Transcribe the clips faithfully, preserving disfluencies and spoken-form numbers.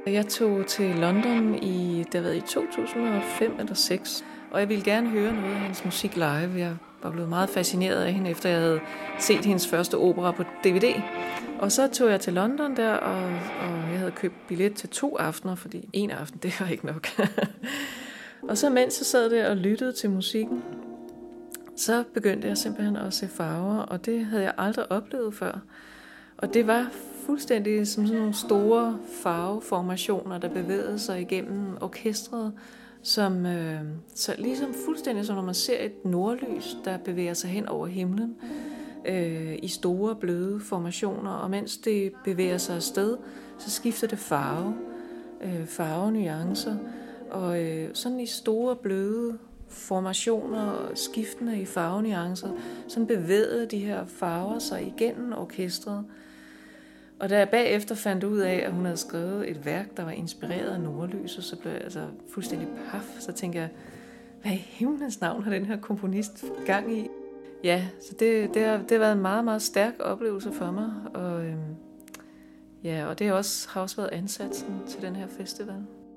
Jeg tog til London i, det har været i to tusind og fem eller seks, og jeg ville gerne høre noget af hendes musik live. Jeg var blevet meget fascineret af hende, efter jeg havde set hendes første opera på D V D. Og så tog jeg til London der, og, og jeg havde købt billet til to aftener, fordi en aften, det var ikke nok. Og så mens jeg sad der og lyttede til musikken, så begyndte jeg simpelthen at se farver, og det havde jeg aldrig oplevet før. Og det var fuldstændig som sådan nogle store farveformationer, der bevægede sig igennem orkestret, som øh, så ligesom fuldstændig som når man ser et nordlys, der bevæger sig hen over himlen øh, i store bløde formationer, og mens det bevæger sig afsted, så skifter det farve, øh, farvenuancer, og øh, sådan i store bløde formationer, skiftende i farvenuancer, sådan bevægede de her farver sig igennem orkestret. Og da jeg bagefter fandt ud af, at hun havde skrevet et værk, der var inspireret af nordlyset, så blev jeg altså fuldstændig paf. Så tænkte jeg, hvad i himlens navn har den her komponist gang i? Ja, så det, det, har, det har været en meget, meget stærk oplevelse for mig. Og, øhm, ja, og det har også, har også været ansatsen til den her festival.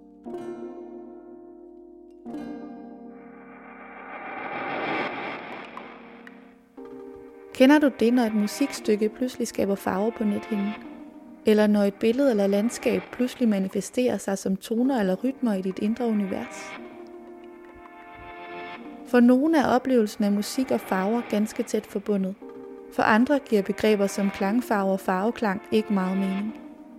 Kender du det, når et musikstykke pludselig skaber farver på nethinden? Eller når et billede eller landskab pludselig manifesterer sig som toner eller rytmer i dit indre univers? For nogle er oplevelsen af musik og farver ganske tæt forbundet. For andre giver begreber som klangfarve og farveklang ikke meget mening.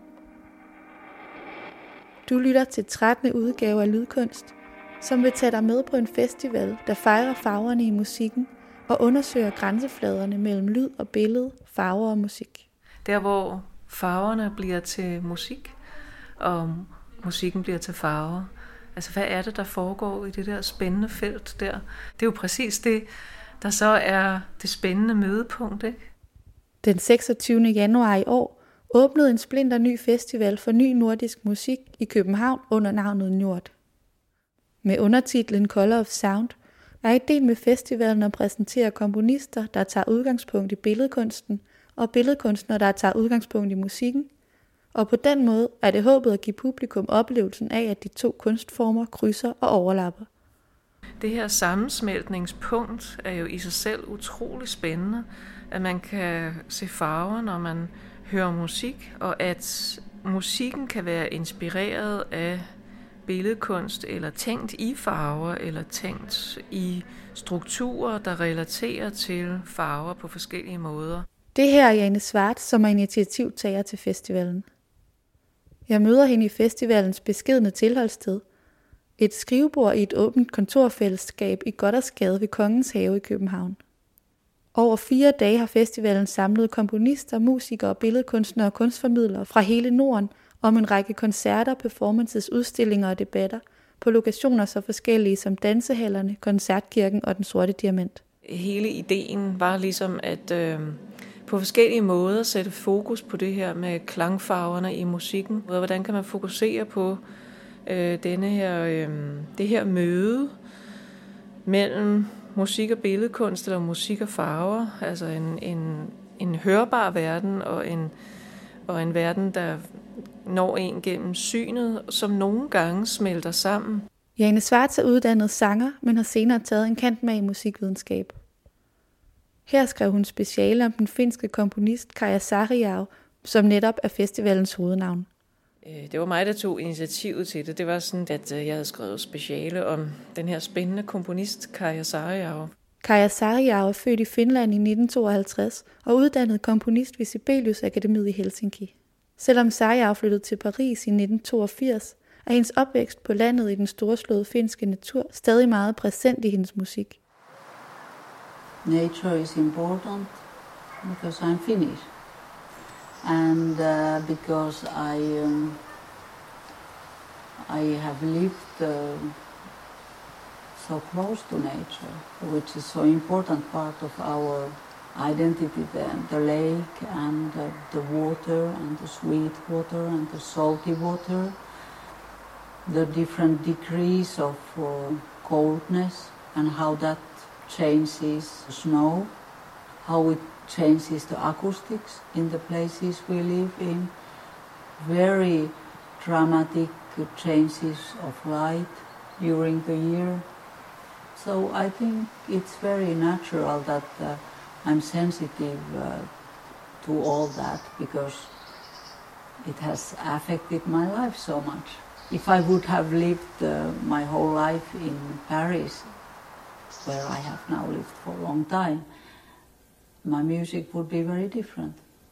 Du lytter til trettende udgave af Lydkunst, som vil tage dig med på en festival, der fejrer farverne i musikken og undersøger grænsefladerne mellem lyd og billede, farver og musik. Der hvor farverne bliver til musik, og musikken bliver til farver. Altså hvad er det, der foregår i det der spændende felt der? Det er jo præcis det, der så er det spændende mødepunkt, ikke? Den seksogtyvende januar i år åbnede en splinter ny festival for ny nordisk musik i København under navnet Njord. Med undertitlen Color of Sound er ideen med festivalen at præsentere komponister, der tager udgangspunkt i billedkunsten, og billedkunstnere, der tager udgangspunkt i musikken. Og på den måde er det håbet at give publikum oplevelsen af, at de to kunstformer krydser og overlapper. Det her sammensmeltningspunkt er jo i sig selv utrolig spændende, at man kan se farver, når man hører musik, og at musikken kan være inspireret af billedkunst, eller tænkt i farver, eller tænkt i strukturer, der relaterer til farver på forskellige måder. Det her er Jane Svart, som er initiativtager til festivalen. Jeg møder hende i festivalens beskedne tilholdssted, et skrivebord i et åbent kontorfællesskab i Gothersgade ved Kongens Have i København. Over fire dage har festivalen samlet komponister, musikere, billedkunstnere og kunstformidlere fra hele Norden om en række koncerter, performances, udstillinger og debatter på lokationer så forskellige som dansehallerne, Koncertkirken og Den Sorte Diamant. Hele ideen var ligesom at øh, på forskellige måder sætte fokus på det her med klangfarverne i musikken. Hvordan kan man fokusere på øh, denne her, øh, det her møde mellem musik og billedkunst, eller musik og farver, altså en, en, en hørbar verden og en, og en verden, der når en gennem synet, som nogle gange smelter sammen. Jane Svart er uddannet sanger, men har senere taget en kant med i musikvidenskab. Her skrev hun speciale om den finske komponist Kaija Saariaho, som netop er festivalens hovednavn. Det var mig, der tog initiativet til det. Det var sådan, at jeg havde skrevet speciale om den her spændende komponist Kaija Saariaho. Kaija Saariaho er født i Finland i nitten tooghalvtreds og uddannet komponist ved Sibelius Akademiet i Helsinki. Selvom Saariaho flyttede til Paris i nitten toogfirs, er hendes opvækst på landet i den storslåede finske natur stadig meget præsent i hendes musik. Nature is important because I'm Finnish, and uh, because I um, I have lived uh, so close to nature, which is so important part of our identity. The, the lake and the, the water and the sweet water and the salty water, the different degrees of uh, coldness and how that changes snow, how it changes the acoustics in the places we live in. Very dramatic changes of light during the year. So I think it's very natural that uh, I'm sensitive uh, to all that because it has affected my life so much. If I would have lived uh, my whole life in Paris, where I have now lived for a long time, my music would be very different.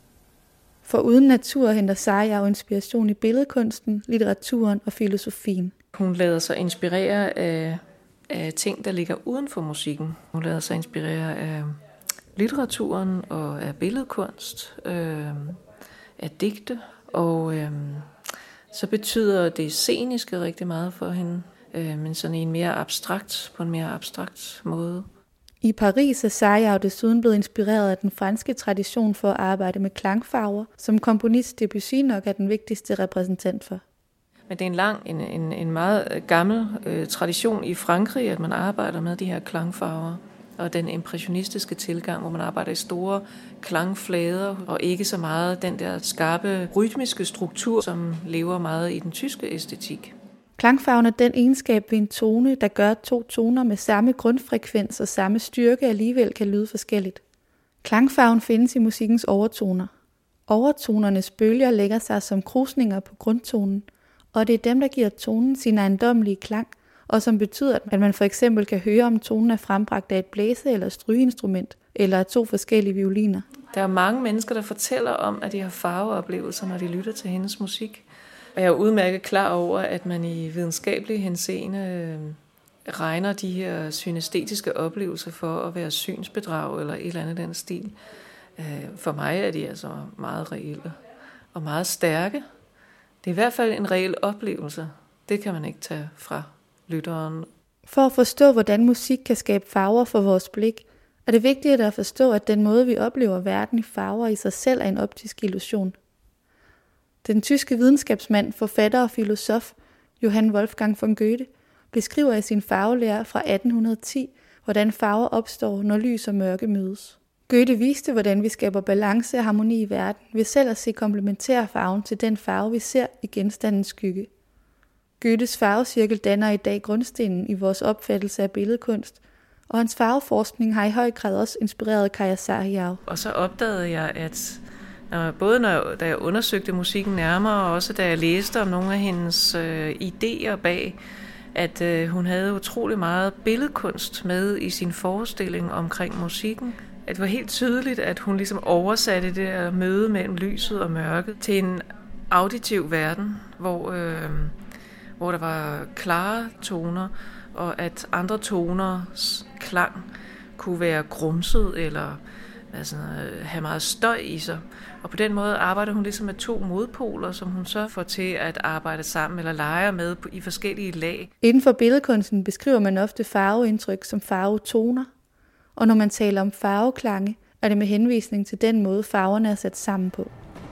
For uden natur henter Sarjau inspiration i billedkunsten, litteraturen og filosofien. Hun lader sig inspirere af, af ting, der ligger uden for musikken. Hun lader sig inspirere af litteraturen og af billedkunst, øh, af digte, og øh, så betyder det sceniske rigtig meget for hende, øh, men sådan en mere abstrakt, på en mere abstrakt måde. I Paris er Sarjau desuden blevet inspireret af den franske tradition for at arbejde med klangfarver, som komponist Debussy nok er den vigtigste repræsentant for. Men det er en lang, en, en, en meget gammel øh, tradition i Frankrig, at man arbejder med de her klangfarver. Og den impressionistiske tilgang, hvor man arbejder i store klangflader, og ikke så meget den der skarpe rytmiske struktur, som lever meget i den tyske æstetik. Klangfarven er den egenskab ved en tone, der gør, at to toner med samme grundfrekvens og samme styrke alligevel kan lyde forskelligt. Klangfarven findes i musikkens overtoner. Overtonernes bølger lægger sig som krusninger på grundtonen, og det er dem, der giver tonen sin ejendommelige klang, og som betyder, at man for eksempel kan høre, om tonen er frembragt af et blæse- eller strygeinstrument, eller af to forskellige violiner. Der er mange mennesker, der fortæller om, at de har farveoplevelser, når de lytter til hendes musik. Og jeg er udmærket klar over, at man i videnskabelig henseende regner de her synæstetiske oplevelser for at være synsbedrag eller et eller andet den stil. For mig er de altså meget reelle og meget stærke. Det er i hvert fald en reel oplevelse. Det kan man ikke tage fra lytteren. For at forstå, hvordan musik kan skabe farver for vores blik, er det vigtigt at forstå, at den måde, vi oplever verden i farver i sig selv er en optisk illusion. Den tyske videnskabsmand, forfatter og filosof Johann Wolfgang von Goethe beskriver i sin farvelære fra atten hundrede og ti, hvordan farver opstår, når lys og mørke mødes. Goethe viste, hvordan vi skaber balance og harmoni i verden ved selv at se komplementære farven til den farve, vi ser i genstandens skygge. Goethes farvecirkel danner i dag grundstenen i vores opfattelse af billedkunst, og hans farveforskning har i høj grad også inspireret Kaja Sarjau. Og så opdagede jeg, at når, både når, da jeg undersøgte musikken nærmere, og også da jeg læste om nogle af hendes øh, idéer bag, at øh, hun havde utrolig meget billedkunst med i sin forestilling omkring musikken. At det var helt tydeligt, at hun ligesom oversatte det der møde mellem lyset og mørket til en auditiv verden, hvor, øh, hvor der var klare toner, og at andre toners klang kunne være grumset eller altså, have meget støj i sig. Og på den måde arbejder hun ligesom med to modpoler, som hun så får til at arbejde sammen eller leger med i forskellige lag. Inden for billedkunsten beskriver man ofte farveindtryk som farvetoner. Og når man taler om farveklange, er det med henvisning til den måde, farverne er sat sammen på.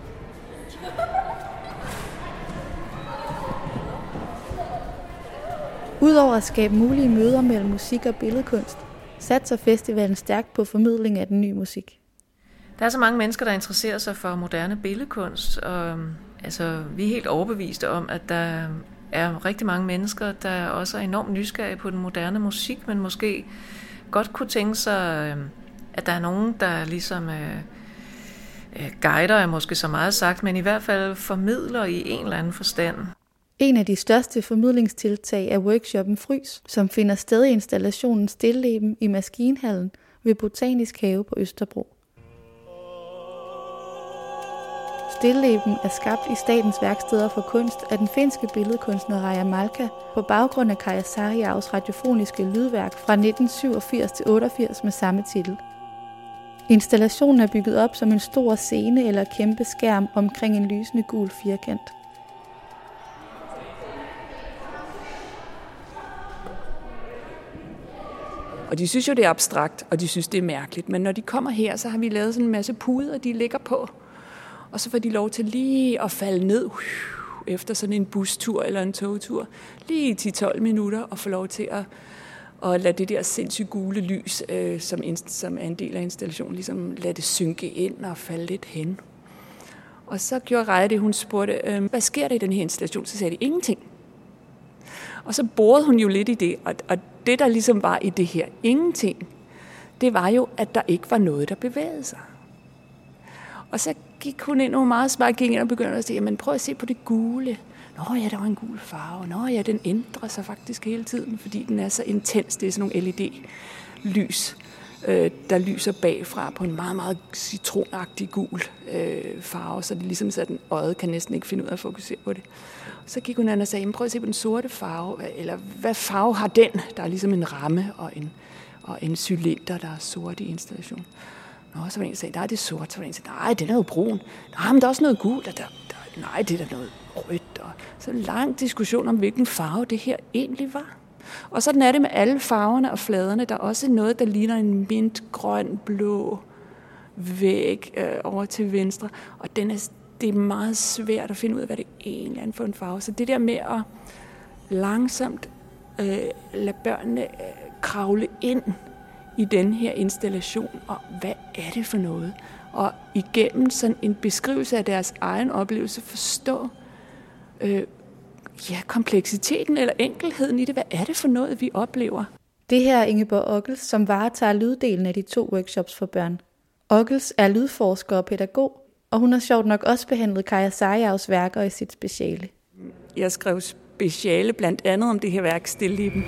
Udover at skabe mulige møder mellem musik og billedkunst, satser festivalen stærkt på formidling af den nye musik. Der er så mange mennesker, der interesserer sig for moderne billedkunst, og altså, vi er helt overbeviste om, at der er rigtig mange mennesker, der også er enormt nysgerrige på den moderne musik, men måske godt kunne tænke sig, at der er nogen, der ligesom øh, guider, er måske så meget sagt, men i hvert fald formidler i en eller anden forstand. En af de største formidlingstiltag er workshoppen Frys, som finder sted i installationen Stilleben i Maskinhallen ved Botanisk Have på Østerbro. Stilleben er skabt i Statens Værksteder for Kunst af den finske billedkunstner Raja Malka på baggrund af Kaja Sarjaus radiofoniske lydværk fra nitten syvogfirs til otteogfirs med samme titel. Installationen er bygget op som en stor scene eller kæmpe skærm omkring en lysende gul firkant. Og de synes jo, det er abstrakt, og de synes, det er mærkeligt. Men når de kommer her, så har vi lavet sådan en masse puder, de ligger på. Og så får de lov til lige at falde ned efter sådan en bustur eller en togtur. Lige i ti til tolv minutter og få lov til at, at lade det der sindssygt gule lys, øh, som, som er en del af installationen, ligesom lade det synke ind og falde lidt hen. Og så gjorde Reja det, hun spurgte, øh, hvad sker der i den her installation? Så sagde de, ingenting. Og så borede hun jo lidt i det, og, og det der ligesom var i det her ingenting, det var jo, at der ikke var noget, der bevægede sig. Og så gik hun ind og meget smart gik ind og begyndte at sige, jamen prøv at se på det gule. Nå ja, der var en gul farve. Nå ja, den ændrer sig faktisk hele tiden, fordi den er så intens. Det er sådan nogle L E D-lys, øh, der lyser bagfra på en meget, meget citronagtig gul øh, farve, så det ligesom så, at den øjet kan næsten ikke finde ud af at fokusere på det. Så gik hun an og sagde, jamen prøv at se på den sorte farve, eller hvad farve har den? Der er ligesom en ramme og en, og en cylinder, der er sort i installation. Nå, så var en, der sagde, nej, det er sort. Så var en, der sagde, nej, den er jo brun. Nej, men der er også noget gult. Der, der, nej, det er der noget rødt. Og så en lang diskussion om, hvilken farve det her egentlig var. Og sådan er det med alle farverne og fladerne. Der er også noget, der ligner en mint, grøn, blå væg øh, over til venstre. Og den er, det er meget svært at finde ud af, hvad det egentlig er for en farve. Så det der med at langsomt øh, lade børnene øh, kravle ind i den her installation, og hvad er det for noget? Og igennem sådan en beskrivelse af deres egen oplevelse forstå øh, ja, kompleksiteten eller enkelheden i det. Hvad er det for noget, vi oplever? Det her er Ingeborg Ockels, som varetager lyddelen af de to workshops for børn. Ockels er lydforsker og pædagog, og hun har sjovt nok også behandlet Kaja Sarayavs værker i sit speciale. Jeg skrev speciale blandt andet om det her værk Stilleben.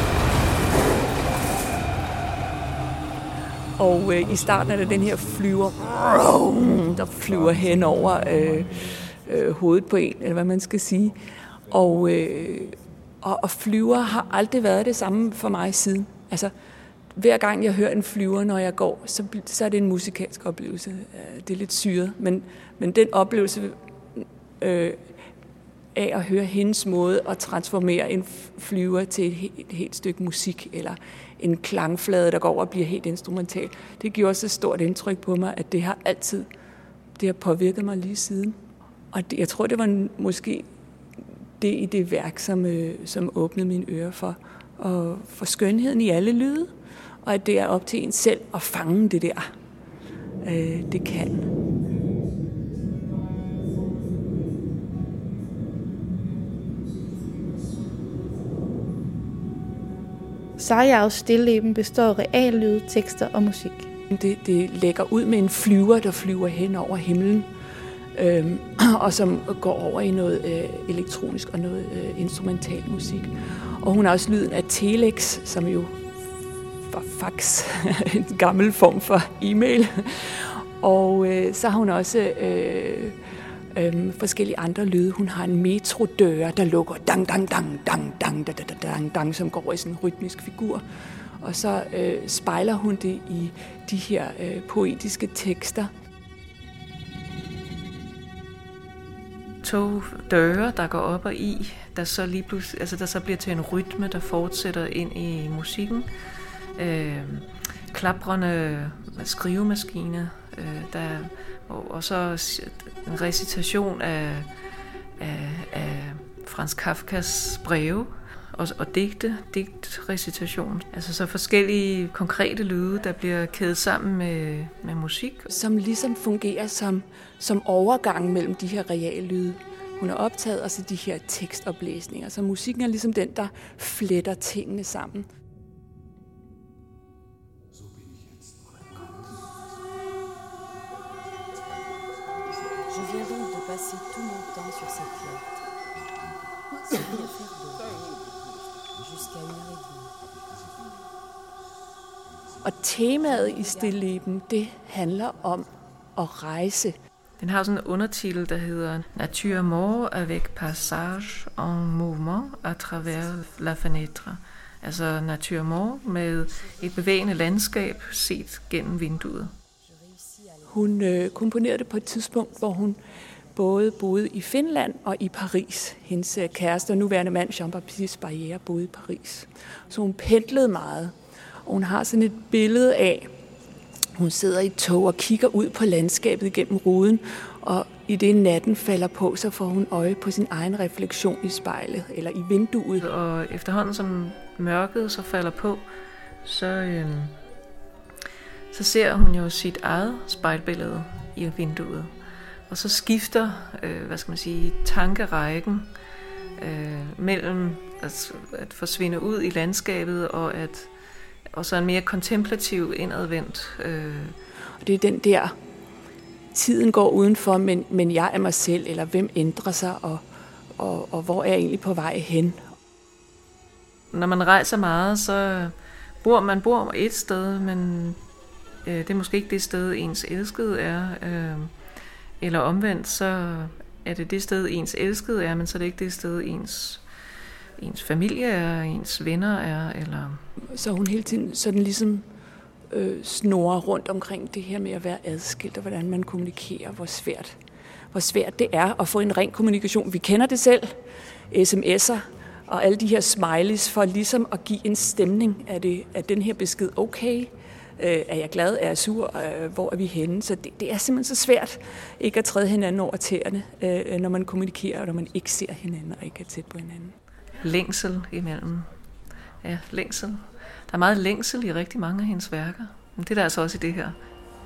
Og øh, i starten er der den her flyver, der flyver hen over øh, øh, hovedet på en, eller hvad man skal sige. Og, øh, og, og flyver har aldrig været det samme for mig siden. Altså, hver gang jeg hører en flyver, når jeg går, så, så er det en musikalsk oplevelse. Det er lidt syret, men, men den oplevelse øh, af at høre hendes måde at transformere en flyver til et helt, et helt stykke musik, eller en klangflade, der går over og bliver helt instrumental. Det gjorde så stort indtryk på mig, at det har altid det har påvirket mig lige siden. Og det, jeg tror, det var måske det i det værk, som, øh, som åbnede mine ører for, og for skønheden i alle lyde, og at det er op til en selv at fange det der, øh, det kan. Sarayavs Stilleben består af reallyde, tekster og musik. Det, det lægger ud med en flyver, der flyver hen over himlen, øhm, og som går over i noget øh, elektronisk og noget øh, instrumental musik. Og hun har også lyden af telex, som jo var fax, en gammel form for e-mail. Og øh, så har hun også øh, øh, forskellige andre lyde. Hun har en metrodør, der lukker dang, dang, dang, dang, dang, dang, dang, dang, dang, som går i sådan en rytmisk figur. Og så øh, spejler hun det i de her øh, poetiske tekster. To døre, der går op og i, der så lige pludselig, altså der så bliver til en rytme, der fortsætter ind i musikken. Øh, klaprende skrivemaskine, øh, der, og, og så en recitation af, af, af Franz Kafkas breve, og, og digte, digtrecitation. Altså så forskellige konkrete lyde, der bliver kædet sammen med, med musik. Som ligesom fungerer som, som overgang mellem de her reallyde. Hun har optaget også de her tekstoplæsninger, så musikken er ligesom den, der fletter tingene sammen. Je viens donc de passer tout mon temps sur cette lettre. Sans rien faire d'autre. Jusqu'à une heure et demie. Og temaet i Stilleben, det handler om at rejse. Den har sådan en undertitel, der hedder Nature mort avec passage en mouvement à travers la fenêtre. Altså nature mort med et bevægende landskab set gennem vinduet. Hun øh, komponerede det på et tidspunkt, hvor hun både boede i Finland og i Paris. Hendes kæreste og nuværende mand, Jean-Baptiste Barrière, boede i Paris. Så hun pendlede meget. Og hun har sådan et billede af, hun sidder i et tog og kigger ud på landskabet gennem ruden, og i det natten falder på, så får hun øje på sin egen refleksion i spejlet, eller i vinduet. Og efterhånden som mørket så falder på, så, øh, så ser hun jo sit eget spejlbillede i vinduet. Og så skifter, øh, hvad skal man sige, tankerækken øh, mellem at, at forsvinde ud i landskabet og at og så en mere kontemplativ indadvendt. Øh. Og det er den der, tiden går udenfor, men, men jeg er mig selv, eller hvem ændrer sig, og, og, og hvor er jeg egentlig på vej hen? Når man rejser meget, så bor man bor et sted, men øh, det er måske ikke det sted, ens elskede er. Øh, eller omvendt, så er det det sted, ens elskede er, men så er det ikke det sted, ens, ens familie er, ens venner er. Eller... Så hun hele tiden sådan ligesom øh, snorer rundt omkring det her med at være adskilt, og hvordan man kommunikerer, hvor svært, hvor svært det er at få en ren kommunikation. Vi kender det selv, sms'er og alle de her smileys, for ligesom at give en stemning af, det, af den her besked. Okay, øh, er jeg glad, er jeg sur, øh, hvor er vi henne? Så det, det er simpelthen så svært ikke at træde hinanden over tæerne, øh, når man kommunikerer, og når man ikke ser hinanden og ikke er tæt på hinanden. Længsel imellem. Ja, længsel. Der er meget længsel i rigtig mange af hendes værker. Men det er der altså også i det her.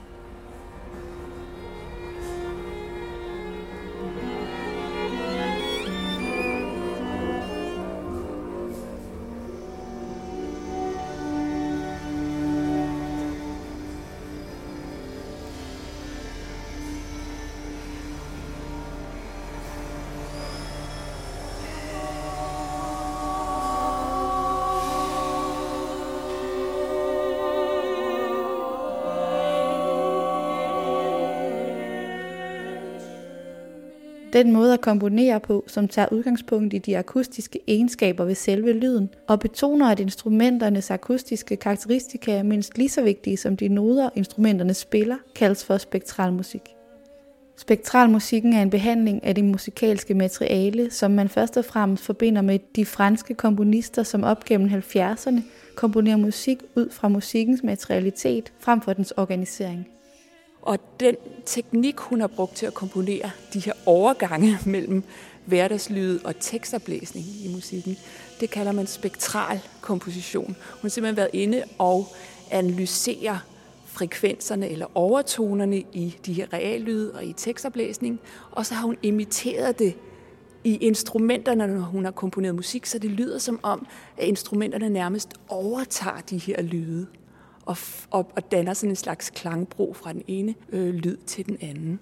Den måde at komponere på, som tager udgangspunkt i de akustiske egenskaber ved selve lyden, og betoner, at instrumenternes akustiske karakteristika er mindst lige så vigtige som de noder, instrumenterne spiller, kaldes for spektralmusik. Spektralmusikken er en behandling af det musikalske materiale, som man først og fremmest forbinder med de franske komponister, som op gennem halvfjerdserne komponerer musik ud fra musikkens materialitet frem for dens organisering. Og den teknik, hun har brugt til at komponere de her overgange mellem hverdagslyde og tekstoplæsning i musikken, det kalder man spektral komposition. Hun har simpelthen været inde og analysere frekvenserne eller overtonerne i de her reallyde og i tekstoplæsning, og så har hun imiteret det i instrumenterne, når hun har komponeret musik, så det lyder som om, at instrumenterne nærmest overtager de her lyde. Og, og, og danner sådan en slags klangbro fra den ene øh, lyd til den anden.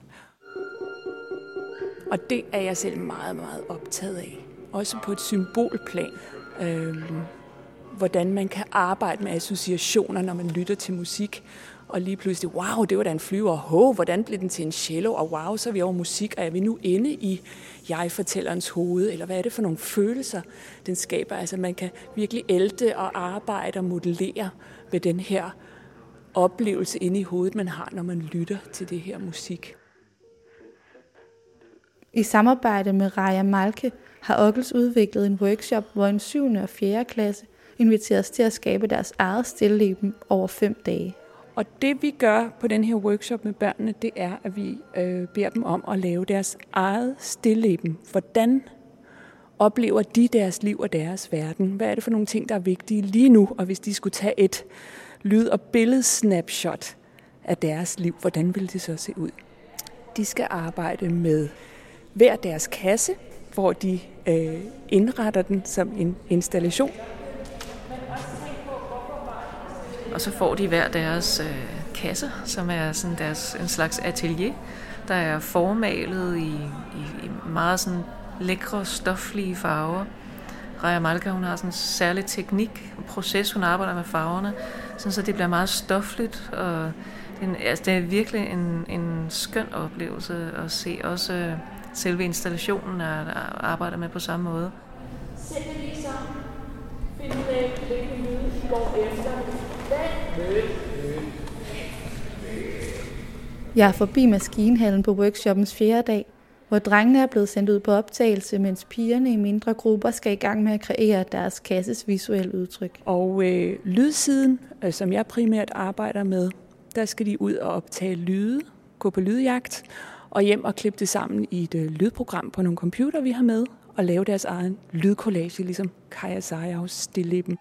Og det er jeg selv meget, meget optaget af. Også på et symbolplan. Øh, hvordan man kan arbejde med associationer, når man lytter til musik. Og lige pludselig, wow, det var da en flyver. Ho, hvordan blev den til en cello? Og wow, så er vi over musik, og er vi nu inde i jeg-fortællerens hoved? Eller hvad er det for nogle følelser, den skaber? Altså man kan virkelig ælte og arbejde og modellere med den her oplevelse inde i hovedet, man har, når man lytter til det her musik. I samarbejde med Raja Malke har Ockels udviklet en workshop, hvor en syvende og fjerde klasse inviteres til at skabe deres eget stilleben over fem dage. Og det vi gør på den her workshop med børnene, det er, at vi øh, beder dem om at lave deres eget stilleben. Hvordan oplever de deres liv og deres verden? Hvad er det for nogle ting, der er vigtige lige nu? Og hvis de skulle tage et lyd- og billedsnapshot af deres liv, hvordan ville det så se ud? De skal arbejde med hver deres kasse, hvor de øh, indretter den som en installation. Og så får de hver deres øh, kasse, som er sådan deres, en slags atelier, der er formalet i, i, i meget sådan lækre, stoflige farver. Raja Malke, hun har sådan en særlig teknik, en proces, hun arbejder med farverne, sådan så det bliver meget stofligt. Og det, er, altså, det er virkelig en, en skøn oplevelse at se også øh, selve installationen, der arbejder med på samme måde. Sæt det lige sammen. Find ud af, hvilken lyd I går efter. Jeg er forbi maskinhallen på workshoppens fjerde dag, hvor drengene er blevet sendt ud på optagelse, mens pigerne i mindre grupper skal i gang med at kreere deres kasses visuelle udtryk. Og øh, lydsiden, øh, som jeg primært arbejder med, der skal de ud og optage lyde, gå på lydjagt, og hjem og klippe det sammen i et øh, lydprogram på nogle computer, vi har med, og lave deres egen lydcollage, ligesom Kaja Sarjaus stilleben.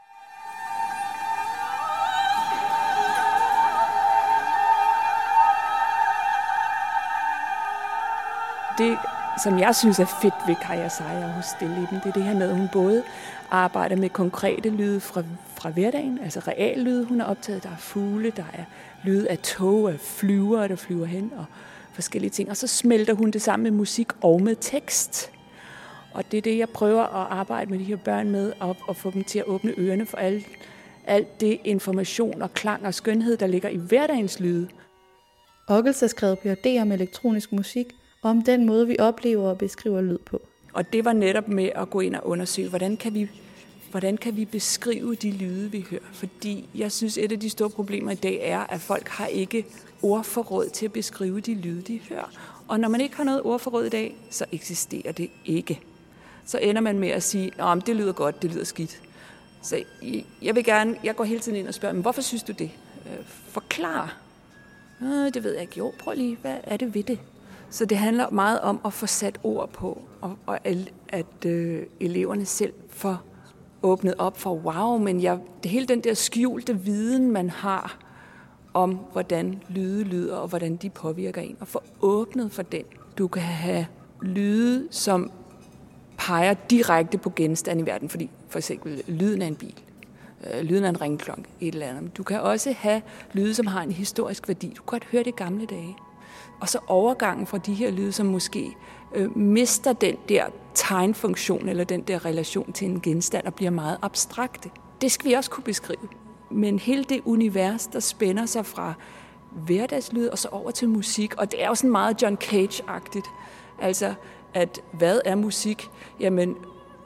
det, som jeg synes er fedt ved Kaja Sejer hos Stilleben, det er det her med, at hun både arbejder med konkrete lyde fra, fra hverdagen, altså real lyde, hun har optaget. Der er fugle, der er lyde af tog, af flyver, der flyver hen, og forskellige ting. Og så smelter hun det sammen med musik og med tekst. Og det er det, jeg prøver at arbejde med de her børn med, og, og få dem til at åbne ørerne for alt, alt det information og klang og skønhed, der ligger i hverdagens lyde. Ockels har skrevet P H D om elektronisk musik, og om den måde, vi oplever og beskriver lyd på. Og det var netop med at gå ind og undersøge, hvordan kan vi, hvordan kan vi beskrive de lyde, vi hører. Fordi jeg synes, et af de store problemer i dag er, at folk har ikke ordforråd til at beskrive de lyde, de hører. Og når man ikke har noget ordforråd i dag, så eksisterer det ikke. Så ender man med at sige, at det lyder godt, det lyder skidt. Så jeg vil gerne, jeg går hele tiden ind og spørger, men hvorfor synes du det? Forklar. Øh, det ved jeg ikke. Jo, prøv lige, hvad er det ved det? Så det handler meget om at få sat ord på, og, og at, at øh, eleverne selv får åbnet op for, wow, men jeg, det hele den der skjulte viden, man har om, hvordan lyde lyder, og hvordan de påvirker en, og få åbnet for den. Du kan have lyde, som peger direkte på genstande i verden, fordi for eksempel lyden af en bil, øh, lyden af en ringklokke, et eller andet. Du kan også have lyde, som har en historisk værdi. Du kan godt høre det i gamle dage. Og så overgangen fra de her lyde, som måske øh, mister den der tegnfunktion, eller den der relation til en genstand, og bliver meget abstrakte. Det skal vi også kunne beskrive. Men hele det univers, der spænder sig fra hverdagslyd og så over til musik, og det er jo sådan meget John Cage-agtigt. Altså, at hvad er musik? Jamen,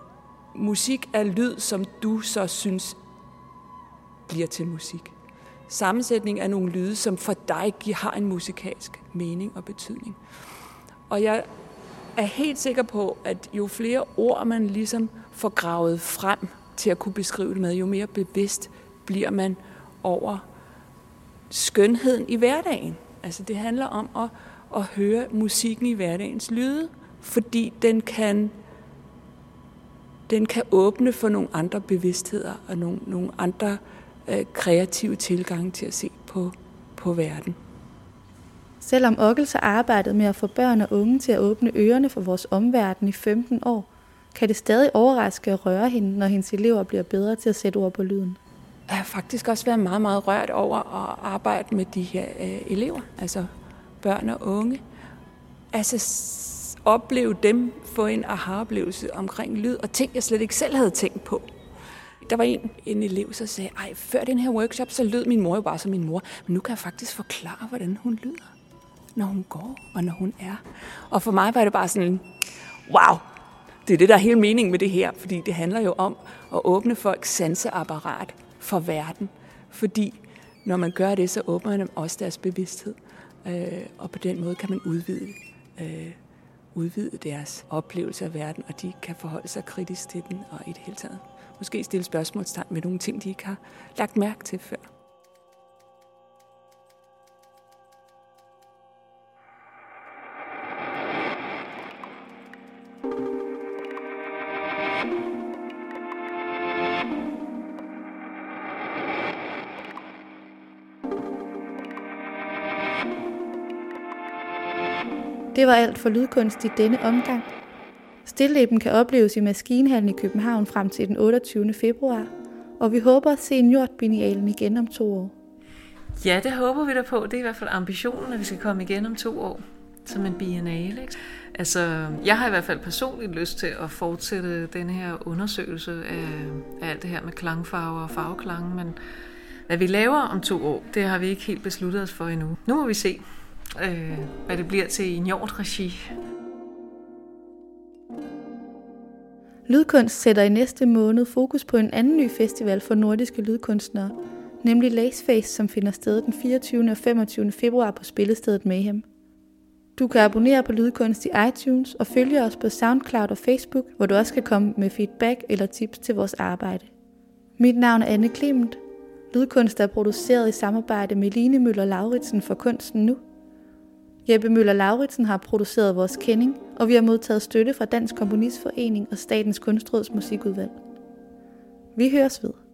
musik er lyd, som du så synes bliver til musik. Sammensætning af nogle lyde, som for dig har en musikalsk mening og betydning. Og jeg er helt sikker på, at jo flere ord man ligesom får gravet frem til at kunne beskrive det med, jo mere bevidst bliver man over skønheden i hverdagen. Altså det handler om at, at høre musikken i hverdagens lyde, fordi den kan, den kan åbne for nogle andre bevidstheder og nogle, nogle andre øh, kreative tilgange til at se på, på verden. Selvom Ockels har arbejdet med at få børn og unge til at åbne ørerne for vores omverden i femten år, kan det stadig overraske og røre hende, når hendes elever bliver bedre til at sætte ord på lyden. Jeg har faktisk også været meget, meget rørt over at arbejde med de her øh, elever, altså børn og unge. Altså opleve dem få en aha-oplevelse omkring lyd, og ting, jeg slet ikke selv havde tænkt på. Der var en, en elev, der sagde, ej, før den her workshop, så lød min mor jo bare som min mor, men nu kan jeg faktisk forklare, hvordan hun lyder, når hun går og når hun er. Og for mig var det bare sådan, wow, det er det, der er hele meningen med det her, fordi det handler jo om at åbne folks sanseapparat for verden, fordi når man gør det, så åbner man også deres bevidsthed, øh, og på den måde kan man udvide, øh, udvide deres oplevelse af verden, og de kan forholde sig kritisk til den, og i det hele taget måske stille spørgsmålstegn med nogle ting, de ikke har lagt mærke til før. Det var alt for Lydkunst i denne omgang. Stilleben kan opleves i Maskinhallen i København frem til den otteogtyvende februar, og vi håber at se Njord-biennalen igen om to år. Ja, det håber vi da på. Det er i hvert fald ambitionen, at vi skal komme igen om to år som en biennale. Ikke? Altså, jeg har i hvert fald personligt lyst til at fortsætte den her undersøgelse af, af alt det her med klangfarver og farveklange, men hvad vi laver om to år, det har vi ikke helt besluttet os for endnu. Nu må vi se, øh, hvad det bliver til i Njord-regi. Lydkunst sætter i næste måned fokus på en anden ny festival for nordiske lydkunstnere, nemlig Laceface, som finder sted den fireogtyvende og femogtyvende februar på spillestedet Mayhem. Du kan abonnere på Lydkunst i iTunes og følge os på SoundCloud og Facebook, hvor du også kan komme med feedback eller tips til vores arbejde. Mit navn er Anne Clement. Lydkunst er produceret i samarbejde med Line Møller Lauritsen for Kunsten Nu. Jeppe Møller Lauritsen har produceret vores kending, og vi har modtaget støtte fra Dansk Komponistforening og Statens Kunstråds Musikudvalg. Vi høres ved.